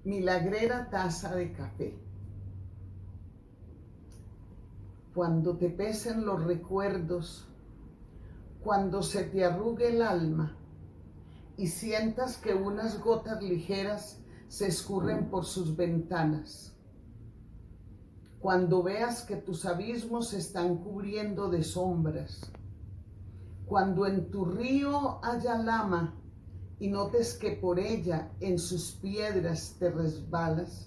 Milagrera taza de café. Cuando te pesen los recuerdos, cuando se te arrugue el alma y sientas que unas gotas ligeras se escurren por sus ventanas, cuando veas que tus abismos se están cubriendo de sombras, cuando en tu río haya lama y notes que por ella en sus piedras te resbalas,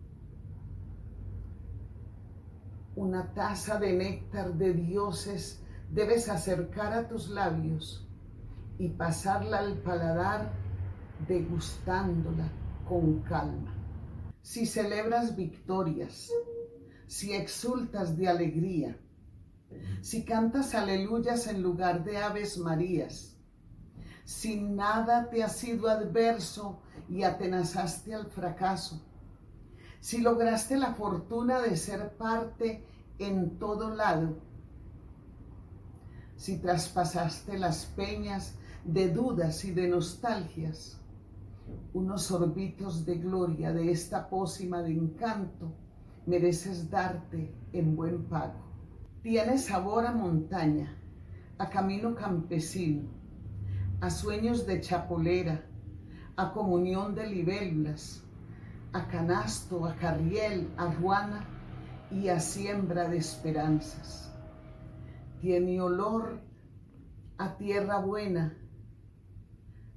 una taza de néctar de dioses debes acercar a tus labios y pasarla al paladar degustándola con calma. Si celebras victorias, si exultas de alegría, si cantas aleluyas en lugar de aves marías, si nada te ha sido adverso y atenazaste al fracaso, si lograste la fortuna de ser parte en todo lado, si traspasaste las peñas de dudas y de nostalgias, unos sorbitos de gloria de esta pócima de encanto mereces darte en buen pago. Tiene sabor a montaña, a camino campesino, a sueños de chapolera, a comunión de libélulas, a canasto, a carriel, a ruana y a siembra de esperanzas. Tiene olor a tierra buena,